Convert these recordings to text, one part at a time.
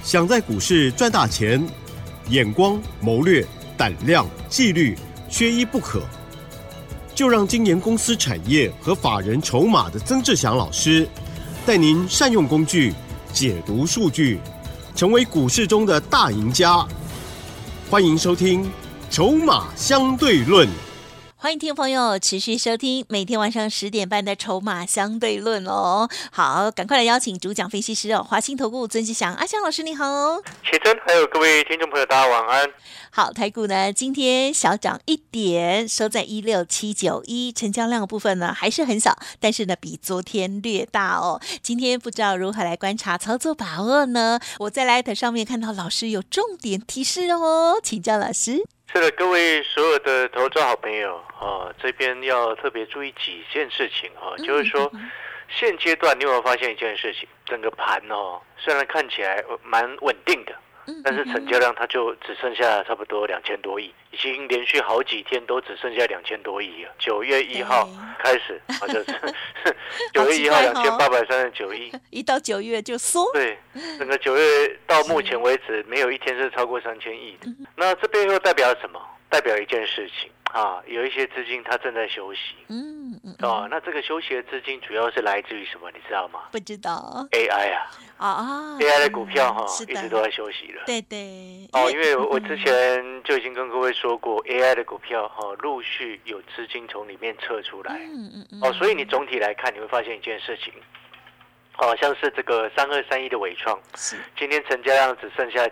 想在股市赚大钱，眼光、谋略、胆量、纪律，缺一不可。就让精研公司产业和法人筹码的曾志祥老师，带您善用工具，解读数据，成为股市中的大赢家。欢迎收听《筹码相对论》。 欢迎听众朋友持续收听每天晚上10点半的筹码相对论哦。好，赶快来邀请主讲分析师华兴投顾曾志祥阿祥老师，你好。 启真，还有各位听众朋友，大家晚安。 好，台股呢今天小涨1点，收在16791，成交量的部分呢还是很少，但是呢比昨天略大哦。今天不知道如何来观察操作把握呢？我在 Light 上面看到老师有重点提示哦，请教老师。 是的，各位所有的投资好朋友这边要特别注意几件事情就是说，现阶段你有没有发现一件事情？整个盘虽然看起来蛮稳定的，但是成交量它就只剩下差不多2000多亿，已经连续好几天都只剩下2000多亿了。9月1号开始就是9月1号2839亿， 一到9月就缩。 对，整个9月到目前为止没有一天是超过3000亿的。那这背后代表什么？代表一件事情有一些资金它正在休息。那这个休息的资金主要是来自于什么？你知道吗？ 不知道。 AI AI 的股票一直都在休息了。 对对。 因为我之前就已经跟各位说过，AI 的股票陆续有资金从里面撤出来。所以你总体来看，你会发现一件事情。像是这个3231的伟创，今天成交量只剩下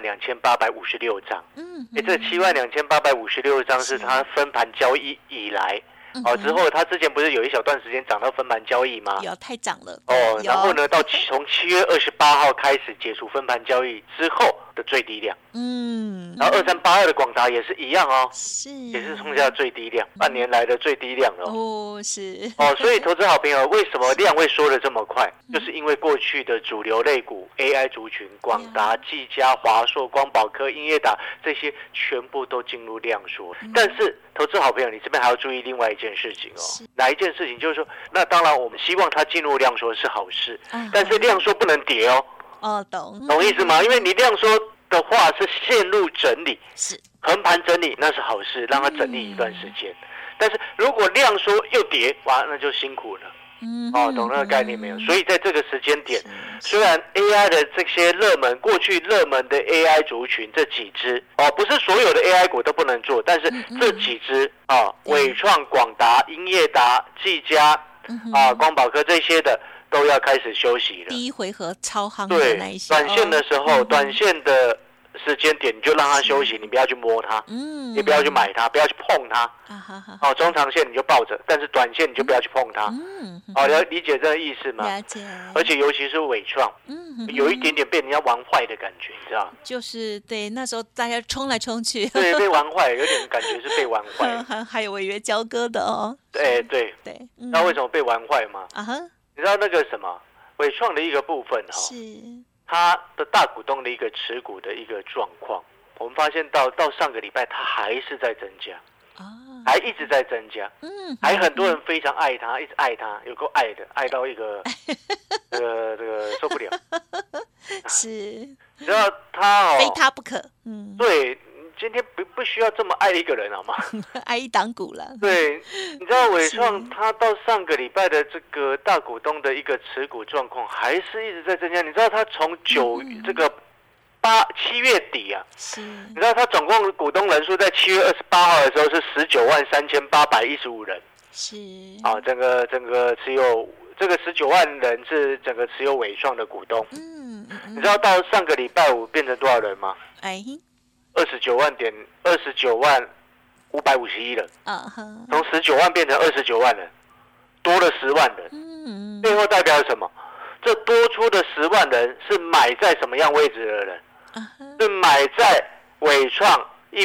72856张。这72856张是它分盘交易以来。之后它之前不是有一小段时间涨到分盘交易吗？ 有，太涨了。 然后呢，从7月28号开始解除分盘交易之后的最低量。然后2382的广达也是一样也是创下最低量，半年来的最低量了。所以投资好朋友，为什么量会缩得这么快？就是因为过去的主流类股 AI 族群，广达、技嘉、华硕、光宝科、英业达这些全部都进入量缩。但是投资好朋友，你这边还要注意另外一件事情哪一件事情？就是说，那当然我们希望它进入量缩是好事，但是量缩不能跌懂意思吗？因为你量缩的话是陷入整理，横盘整理那是好事，让它整理一段时间。但是如果量缩又跌，哇，那就辛苦了。懂那个概念没有？所以在这个时间点，虽然 AI 的这些过去热门的 AI 族群这几只不是所有的 AI 股都不能做，但是这几只伟创、广达、英业达、技嘉光宝科这些的都要开始休息了。 第一回合超夯的那一些， 短线的时候，短线的时间点你就让它休息，你不要去摸它，你不要去买它，不要去碰它。中长线你就抱着，但是短线你就不要去碰它。理解这个意思吗？ 了解。 而且尤其是伟创，有一点点被人家玩坏的感觉，你知道？ 就是对，那时候大家冲来冲去， 对，被玩坏，有点感觉是被玩坏。 还有违约交割的对。那为什么被玩坏吗？你知道那个什么伟创的一个部分是它的大股东的一个持股的一个状况，我们发现到上个礼拜它还是在增加，还一直在增加，还很多人非常爱它，一直爱它，有够爱的，爱到一个这个受不了。 是， 你知道它非他不可。 对。今天不需要这么爱一个人好吗？ 爱一档股了。 对，你知道伟创他到上个礼拜的这个大股东的一个持股状况还是一直在增加。你知道他从7月底你知道他总共股东人数在7月28号的时候是193815人。整个持有这个19万人是整个持有伟创的股东。你知道到上个礼拜五变成多少人吗？29万551人，从19万变成29万人，多了10万人。背后代表什么？这多出的10万人是买在什么样位置的人？是买在伟创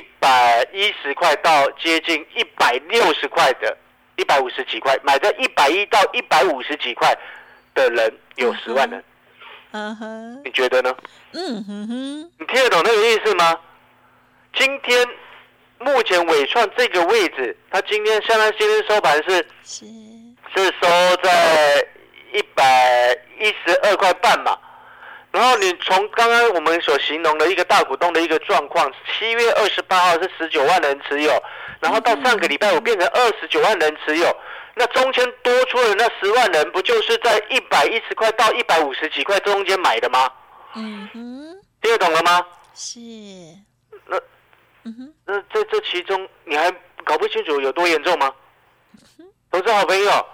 110块到接近160块的150几块，买在110到150几块的人有10万人。你觉得呢？你听得懂那个意思吗？今天目前伟创这个位置，它今天收盘是收在112块半嘛， 然后你从刚刚我们所形容的一个大股东的一个状况，7月28号是19万人持有，然后到上个礼拜五变成29万人持有，那中间多出的那10万人，不就是在110块到150几块中间买的吗？听得懂了吗？ 是。 那这其中你还搞不清楚有多严重吗？投资好朋友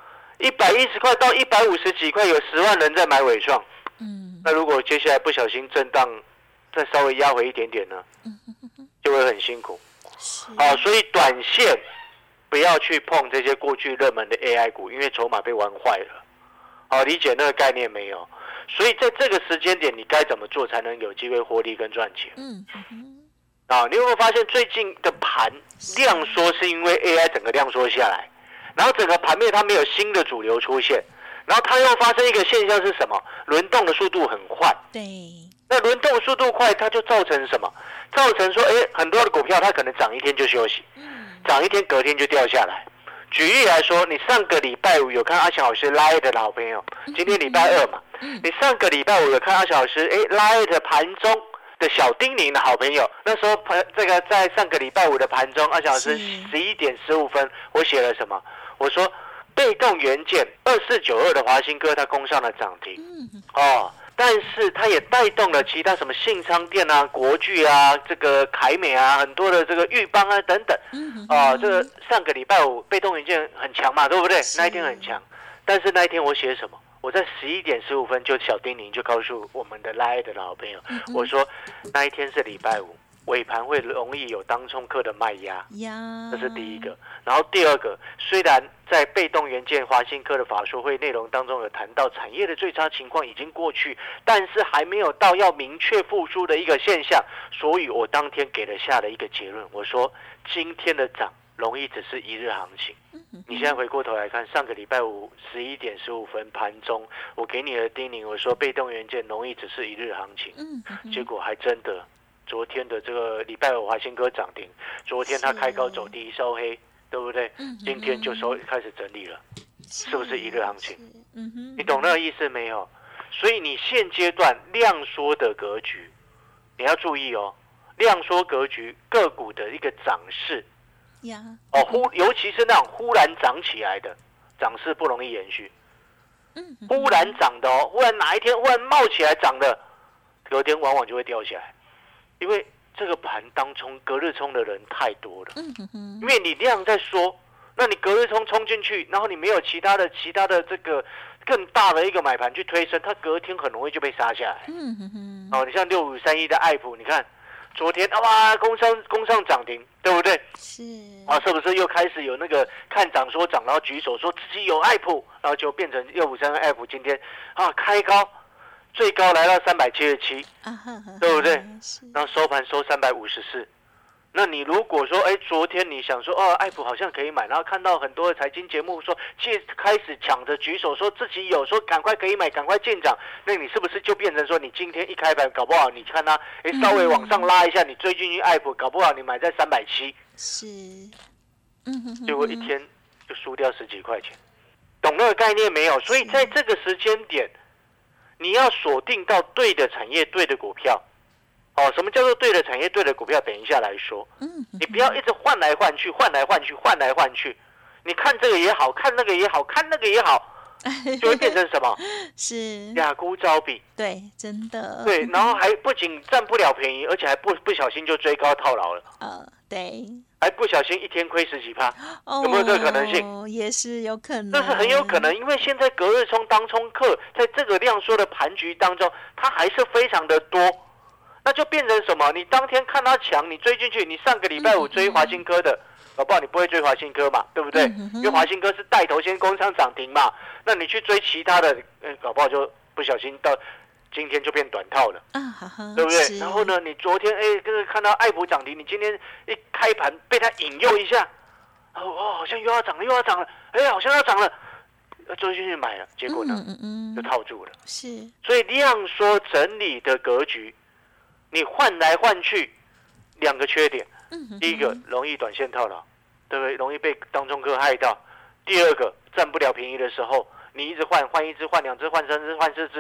，110块到150几块，有10万人在买伟创。那如果接下来不小心震荡，再稍微压回一点点呢，就会很辛苦。所以短线不要去碰这些过去热门的 AI 股，因为筹码被玩坏了。理解那个概念没有？所以在这个时间点，你该怎么做才能有机会获利跟赚钱？你有没有发现最近的盘量缩是因为 AI 整个量缩下来，然后整个盘面它没有新的主流出现，然后它又发生一个现象是什么？轮动的速度很快。 对。 那轮动速度快，它就造成什么？造成说，很多的股票它可能涨一天就休息，涨一天隔天就掉下来。举例来说，你上个礼拜五有看阿翔老师 Line 的好朋友，今天礼拜2嘛，你上个礼拜五有看阿翔老师Line 的盘中的小叮咛的好朋友，那时候这个在上个礼拜五的盘中，阿翔老师11点15分，我写了什么？我说被动元件2492的华新科它攻上了涨停，但是它也带动了其他什么信昌电啊、国巨啊、这个凯美啊，很多的这个裕邦啊等等，这个上个礼拜五被动元件很强嘛，对不对？那一天很强，但是那一天我写什么？我在11点15分就小叮咛就告诉我们的 Line 的好朋友，我说那一天是礼拜五，尾盘会容易有当冲客的卖压，这是第一个。然后第二个，虽然在被动元件华新科的法说会内容当中有谈到产业的最差情况已经过去，但是还没有到要明确复苏的一个现象，所以我当天给了下了一个结论，我说今天的涨容易只是一日行情。你现在回过头来看，上个礼拜五11点15分盘中，我给你的叮咛，我说被动元件容易只是一日行情，结果还真的，昨天的这个礼拜五华新科涨停，昨天它开高走低收黑，对不对？今天就开始整理了，是不是一日行情？你懂那个意思没有？所以你现阶段量缩的格局，你要注意哦，量缩格局个股的一个涨势。尤其是那种忽然涨起来的涨势不容易延续，忽然涨的忽然哪一天忽然冒起来涨的，隔天往往就会掉下来，因为这个盘当冲隔日冲的人太多了，因为你量在缩，那你隔日冲冲进去，然后你没有其他的这个更大的一个买盘去推升，它隔天很容易就被杀下来。你像6531的爱普，你看。昨天攻上涨停，对不对？是不是又开始有那个看涨说涨，然后举手说自己有爱普，然后就变成6532爱普今天开高，最高来到377，对不对？然后收盘收354。那你如果说昨天你想说爱普好像可以买，然后看到很多的财经节目说开始抢着举手说自己有，说赶快可以买，赶快进场，那你是不是就变成说你今天一开盘搞不好你看它稍微往上拉一下，你追进去爱普，搞不好你买在370，是，结果一天就输掉10几块钱，懂那个概念没有？所以在这个时间点，你要锁定到对的产业、对的股票。什么叫做对的产业、对的股票？等一下来说。你不要一直换来换去，换来换去，换来换去。你看这个也好看，那个也好看，那个也好，就会变成什么？是哑孤招比。对，真的。对，然后还不仅占不了便宜，而且还不小心就追高套牢了。对。还不小心一天亏10几%，有没有这个可能性？也是有可能。这是很有可能，因为现在隔日冲当冲客在这个量缩的盘局当中，它还是非常的多。那就变成什么？你当天看它强，你追进去，你上个礼拜五追华新科的，搞不好你不会追华新科嘛，对不对？因为华新科是带头先攻上涨停嘛，那你去追其他的，搞不好就不小心到今天就变短套了，对不对？然后呢，你昨天看到爱普涨停，你今天一开盘被它引诱一下，好像又要涨了，好像要涨了。追进去买了，结果呢就套住了。是，所以量缩整理的格局。你换来换去，两个缺点。第一个容易短线套牢，对不对？容易被当冲客害到。第二个占不了便宜的时候，你一直换一只、换2只、换3只、换4只，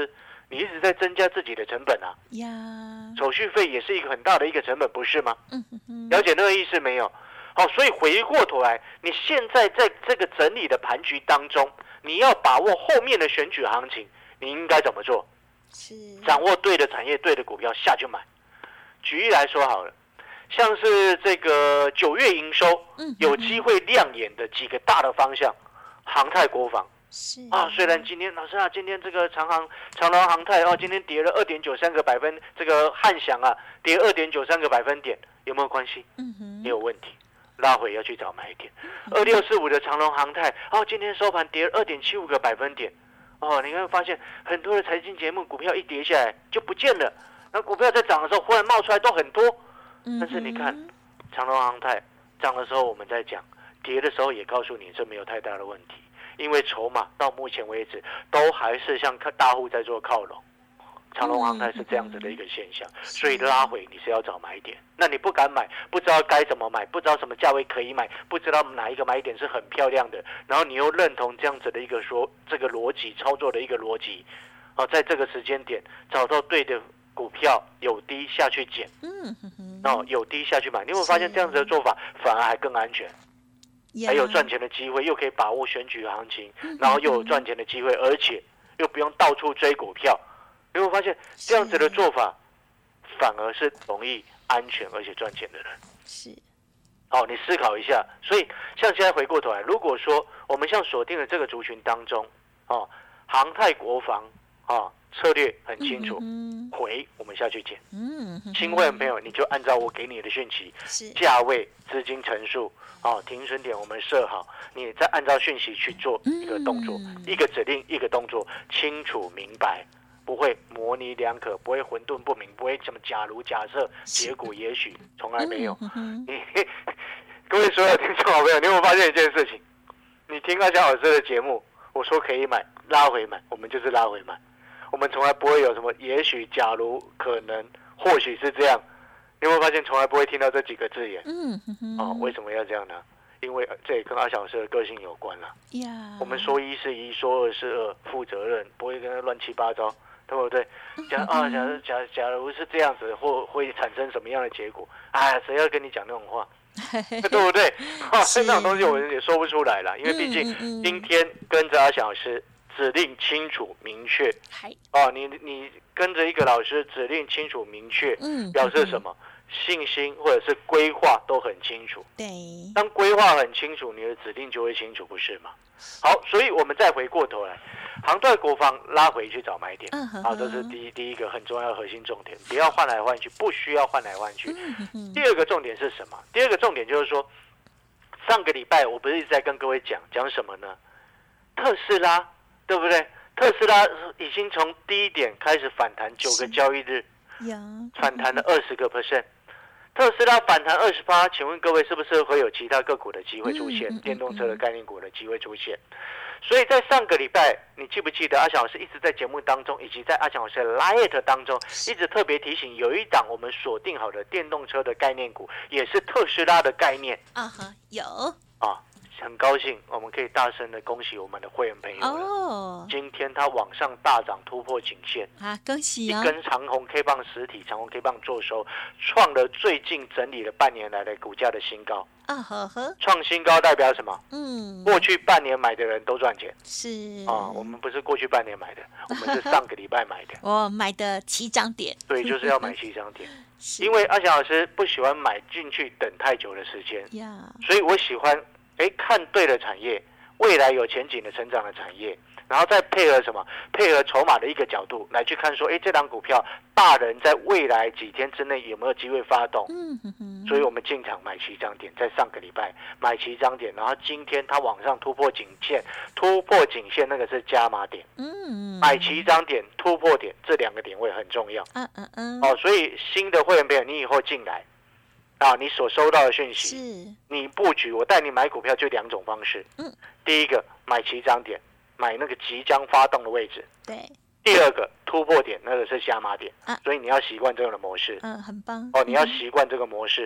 你一直在增加自己的成本啊，手续费也是一个很大的一个成本，不是吗？了解那个意思没有？好，所以回过头来，你现在在这个整理的盘局当中，你要把握后面的选举行情，你应该怎么做？掌握对的产业、对的股票下去买。举例来说好了，像是这个9月营收有机会亮眼的几个大的方向，航太国防。虽然今天老师啊，今天这个长荣航太今今天跌了2.93个百分，这个汉翔啊跌2.93个百分点，有没有关系？没有问题，拉回要去找买点。2645的长荣航太今天收盘跌了2.75个百分点，你会发现很多的财经节目股票一跌下来就不见了，那股票在涨的时候忽然冒出来都很多，但是你看长荣航太涨的时候我们在讲，跌的时候也告诉你这没有太大的问题。因为筹码到目前为止都还是像大户在做靠拢，长荣航太是这样子的一个现象，所以拉回你是要找买点，那你不敢买，不知道该怎么买，不知道什么价位可以买，不知道哪一个买点是很漂亮的，然后你又认同这样子的一个说这个逻辑操作的一个逻辑，在这个时间点找到对的股票，有低下去捡，有低下去买，你有没有发现这样子的做法反而还更安全？还有赚钱的机会，又可以把握选举行情，然后又有赚钱的机会，而且又不用到处追股票。你会发现这样子的做法，反而是容易、安全而且赚钱的人。你思考一下。所以像现在回过头来，如果说我们像锁定了这个族群当中，航太国防策略很清楚，回我们下去捡。新会员朋友，你就按照我给你的讯息，价位、资金层数。停损点我们设好，你再按照讯息去做一个动作，一个指令一个动作，清楚明白，不会模棱两可，不会混沌不明，不会什么假如假设结果也许，从来没有。各位所有听众好朋友，你有没有发现一件事情？你听阿翔老师的节目，我说可以买，拉回买，我们就是拉回买，我们从来不会有什么也许、假如、可能、或许是这样。你有没有发现从来不会听到这几个字眼？为什么要这样呢？因为这也跟阿翔老师的个性有关了。我们说一是一，说二是二，负责任，不会跟他乱七八糟，对不对？假如是这样子，会产生什么样的结果？谁要跟你讲那种话？对不对？那种东西我也说不出来了，因为毕竟今天跟着阿翔老师指令清楚明确。你跟着一个老师指令清楚明确，表示什么？信心或者是规划都很清楚。 对， 当规划很清楚，你的指令就会清楚，不是吗？好，所以我们再回过头来，航太国防拉回去找买点。这是第一个很重要的核心重点，不要换来换去，不需要换来换去。第二个重点是什么？第二个重点就是说，上个礼拜我不是一直在跟各位讲什么呢？特斯拉，对不对？特斯拉已经从低点开始反弹9个交易日，反弹了20%。特斯拉反弹28%，请问各位是不是会有其他个股的机会出现？电动车的概念股的机会出现？所以在上个礼拜，你记不记得阿翔老师一直在节目当中，以及在阿翔老师的 Lite 当中，一直特别提醒，有一档我们锁定好的电动车的概念股，也是特斯拉的概念。 有很高兴我们可以大声的恭喜我们的会员朋友了。今天它往上大涨突破颈线恭喜一根长红 K 棒实体长红 K 棒做收，创了最近整理了半年来的股价的新高。创新高代表什么？过去半年买的人都赚钱。我们不是过去半年买的，我们是上个礼拜买的。 我买的起涨点。 对，就是要买起涨点。因为阿翔老师不喜欢买进去等太久的时间，所以我喜欢看对了产业，未来有前景的成长的产业，然后再配合什么？配合筹码的一个角度来去看说，这档股票大人在未来几天之内有没有机会发动？所以我们进场买起涨点，在上个礼拜买起涨点，然后今天它往上突破颈线，那个是加码点。买起涨点、突破点这2个点位很重要。所以新的会员朋友，你以后进来。你所收到的讯息，你布局，我带你买股票就2种方式。第一个买起涨点，买那个即将发动的位置。 对。 第二个突破点，那个是加码点。所以你要习惯这样的模式。 很棒。 你要习惯这个模式。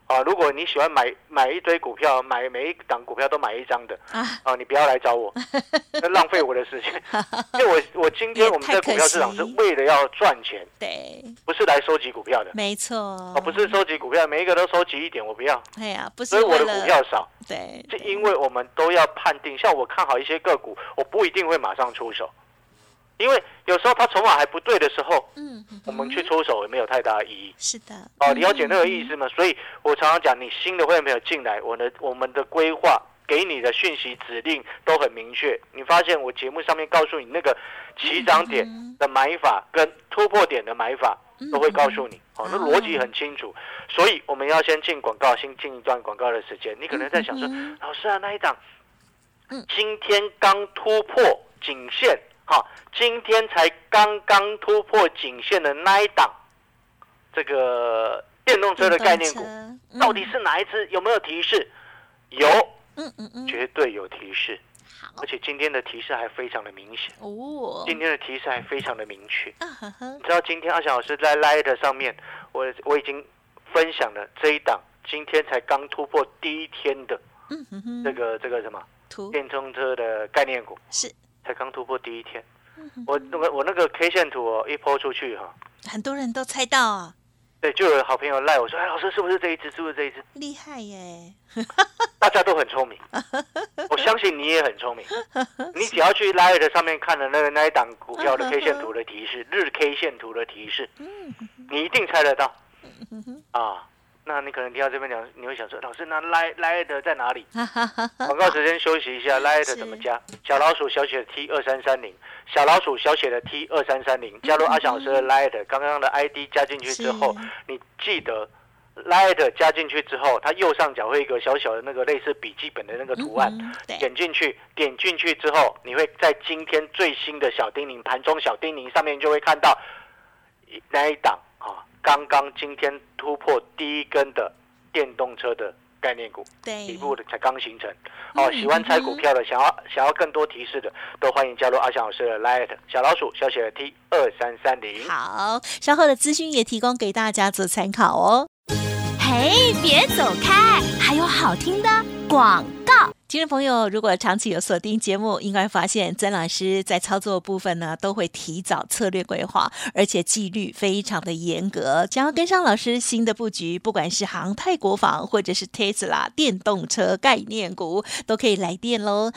如果你喜欢买一堆股票，买每一档股票都买一张的你不要来找我，那浪费我的时间。因为我今天我们在股票市场是为了要赚钱， 对， 不是来收集股票的， 没错， 不是收集股票，每一个都收集一点，我不要。 哎呀，不是， 所以我的股票少， 对， 是因为我们都要判定，像我看好一些个股，我不一定会马上出手。因为有时候它筹码还不对的时候，我们去出手也没有太大的意义。 是的， 了解那个意思吗？所以我常常讲，你新的会员朋友进来，我们的规划给你的讯息指令都很明确。你发现我节目上面告诉你那个起涨点的买法跟突破点的买法，都会告诉你。那逻辑很清楚。所以我们要先进广告，先进一段广告的时间。你可能在想说，老师啊，那一档今天刚突破颈线。今天才刚刚突破颈线的那一档，这个电动车的概念股，到底是哪一支？有没有提示？有，绝对有提示。而且今天的提示还非常的明显。今天的提示还非常的明确。你知道今天阿翔老师在 Light 上面，我已经分享了这一档，今天才刚突破第一天的这个什么电动车的概念股是。 才刚突破第一天，我那个 K 线图一抛出去很多人都猜到啊。 对，就有好朋友赖我说，老师是不是这一只？是不是这一只？ 厉害耶！ 大家都很聪明，我相信你也很聪明。你只要去 Light 上面看了那一档股票的 K 线图的提示，日 K 线图的提示，你一定猜得到那你可能听到这边讲，你会想说，老师，那 Light 在哪里？广告时间休息一下 ，Light 怎么加？小老鼠小写的 T2330，小老鼠小写的 T2330，加入阿翔老师的 Light， 刚刚的 ID 加进去之后，你记得 Light 加进去之后，它右上角会有一个小小的那个类似笔记本的那个图案，点进去之后，你会在今天最新的小叮咛盘中小叮咛上面就会看到那一档刚刚今天突破第一根的电动车的概念股，底部的才刚形成。喜欢猜股票的，想要更多提示的，都欢迎加入阿翔老师的 Light 小老鼠小写的 T2330。 好，稍后的资讯也提供给大家做参考哦。 嘿，别走开，还有好听的广告。 听众朋友，如果长期有锁定节目，应该发现曾老师在操作部分呢，都会提早策略规划，而且纪律非常的严格。想要跟上老师新的布局，不管是航太国防或者是 Tesla 电动车概念股，都可以来电喽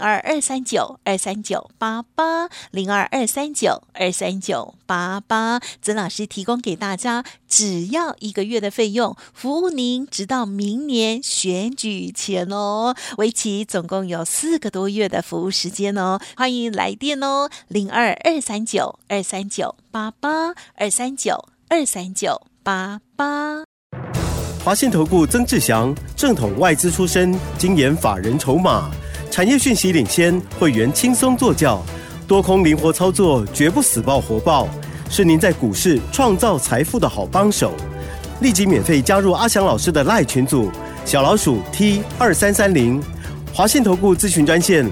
，02-239-23988，02-239-23988。曾老师提供给大家，只要1个月的费用，服务您直到明年选举前哦。为期总共有4个多月的服务时间哦，欢迎来电哦，02-239-23988，239-23988。 华信投顾曾志祥，正统外资出身，精研法人筹码，产业讯息领先，会员轻松做教，多空灵活操作，绝不死抱活抱，是您在股市创造财富的好帮手。立即免费加入阿翔老师的 LINE 群组，小老鼠 T2330，华信投顾咨询专线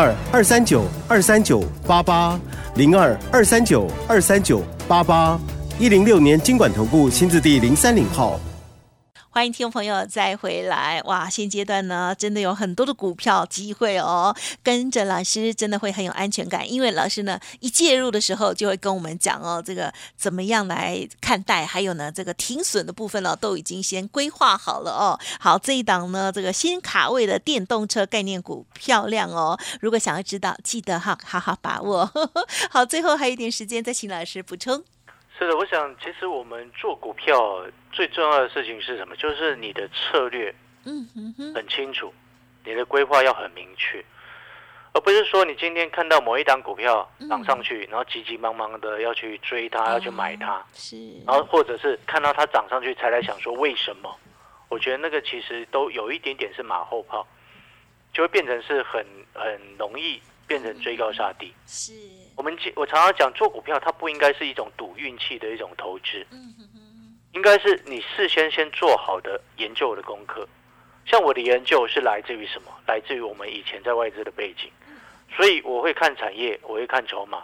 02-239-23988，02-239-23988，106年金管投顾新字第030号。 欢迎听众朋友再回来。哇，现阶段呢，真的有很多的股票机会哦，跟着老师真的会很有安全感，因为老师呢一介入的时候就会跟我们讲哦，这个怎么样来看待，还有呢这个停损的部分呢都已经先规划好了哦。好，这一档呢这个先卡位的电动车概念股漂亮哦，如果想要知道，记得好好把握。好，最后还有一点时间，再请老师补充。 是的，我想其实我们做股票最重要的事情是什么？就是你的策略很清楚，你的规划要很明确，而不是说你今天看到某一档股票涨上去，然后急急忙忙的要去追它，要去买它，然后或者是看到它涨上去才来想说为什么。我觉得那个其实都有一点点是马后炮，就会变成是很容易变成追高杀低。 是。 我常常讲，做股票它不应该是一种赌运气的一种投资，应该是你事先做好的研究的功课。像我的研究是来自于什么？来自于我们以前在外资的背景，所以我会看产业，我会看筹码，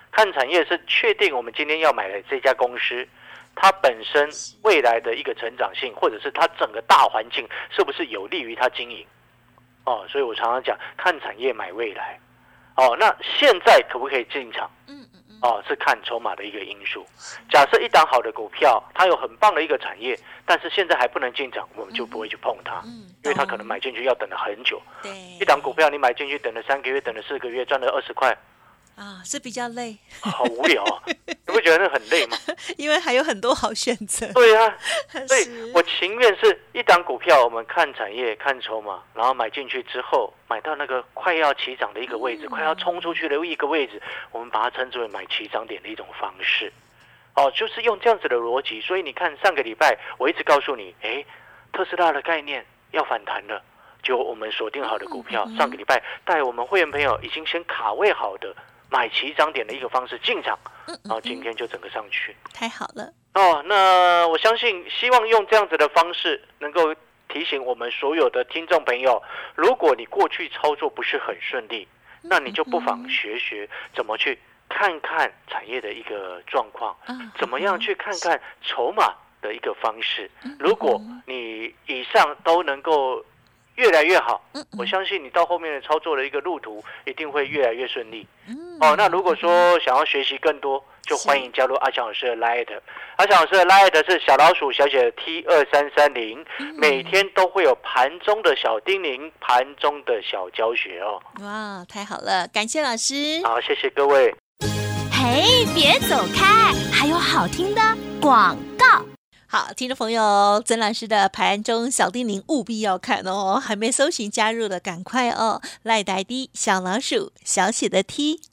看产业是确定我们今天要买的这家公司，它本身未来的一个成长性，或者是它整个大环境是不是有利于它经营。所以我常常讲看产业买未来。那现在可不可以进场？是看筹码的一个因素。假设一档好的股票，它有很棒的一个产业，但是现在还不能进场，我们就不会去碰它，因为它可能买进去要等了很久。一档股票你买进去等了3个月，等了4个月，赚了20块。 是比较累， 好无聊啊！你不觉得那很累吗？ 因为还有很多好选择。 对啊，所以我情愿是一档股票，我们看产业、看筹码，然后买进去之后，买到那个快要起涨的一个位置，快要冲出去的一个位置，我们把它称之为买起涨点的一种方式。就是用这样子的逻辑。所以你看上个礼拜我一直告诉你，特斯拉的概念要反弹了，就我们锁定好的股票，上个礼拜带我们会员朋友已经先卡位好的。买起涨点的一个方式进场，然后今天就整个上去， 太好了那我相信，希望用这样子的方式，能够提醒我们所有的听众朋友，如果你过去操作不是很顺利，那你就不妨学学怎么去看看产业的一个状况，怎么样去看看筹码的一个方式。如果你以上都能够越来越好，我相信你到后面的操作的一个路途一定会越来越顺利。那如果说想要学习更多，就欢迎加入阿翔老师的 Line。阿翔老师的 Line 是小老鼠小写的 T2330，每天都会有盘中的小叮咛，盘中的小教学哇，太好了，感谢老师。 好，谢谢各位。 嘿，别走开，还有好听的广告。 好，听众朋友，曾老师的盘中小叮咛务必要看还没搜寻加入的赶快赖台的小老鼠小写的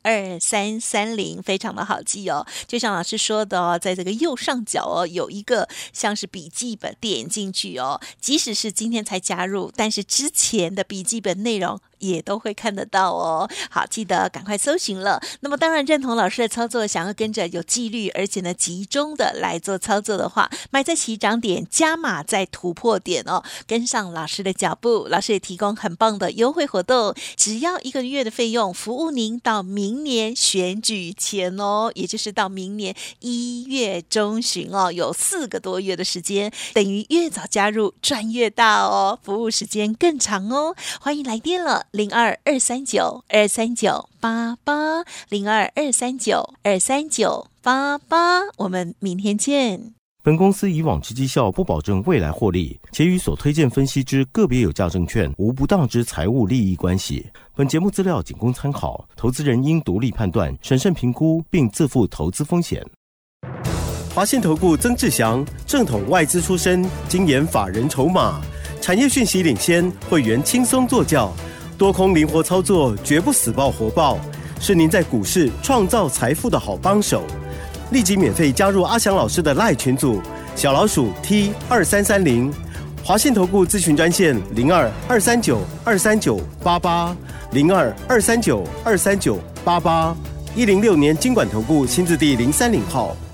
T2330，非常的好记就像老师说的在这个右上角有一个像是笔记本，点进去即使是今天才加入，但是之前的笔记本内容也都会看得到好，记得赶快搜寻了。那么当然认同老师的操作，想要跟着有纪律而且呢集中的来做操作的话，买在起涨点，加码在突破点跟上老师的脚步。老师也提供很棒的优惠活动，只要1个月的费用，服务您到明年选举前也就是到明年1月中旬有4个多月的时间，等于越早加入赚越大服务时间更长欢迎来电了，02-239-239-88，02-239-239-88，我们明天见。 本公司以往之绩效不保证未来获利，且与所推荐分析之个别有价证券无不当之财务利益关系。本节目资料仅供参考，投资人应独立判断、审慎评估，并自负投资风险。华信投顾曾志祥，正统外资出身，精研法人筹码，产业讯息领先，会员轻松做教，多空灵活操作，绝不死抱活抱，是您在股市创造财富的好帮手。立即免费加入阿翔老师的 LINE 群组，小老鼠 T2330，华信投顾咨询专线02-239-239-88，02-239-239-88，106年金管投顾新字第030号。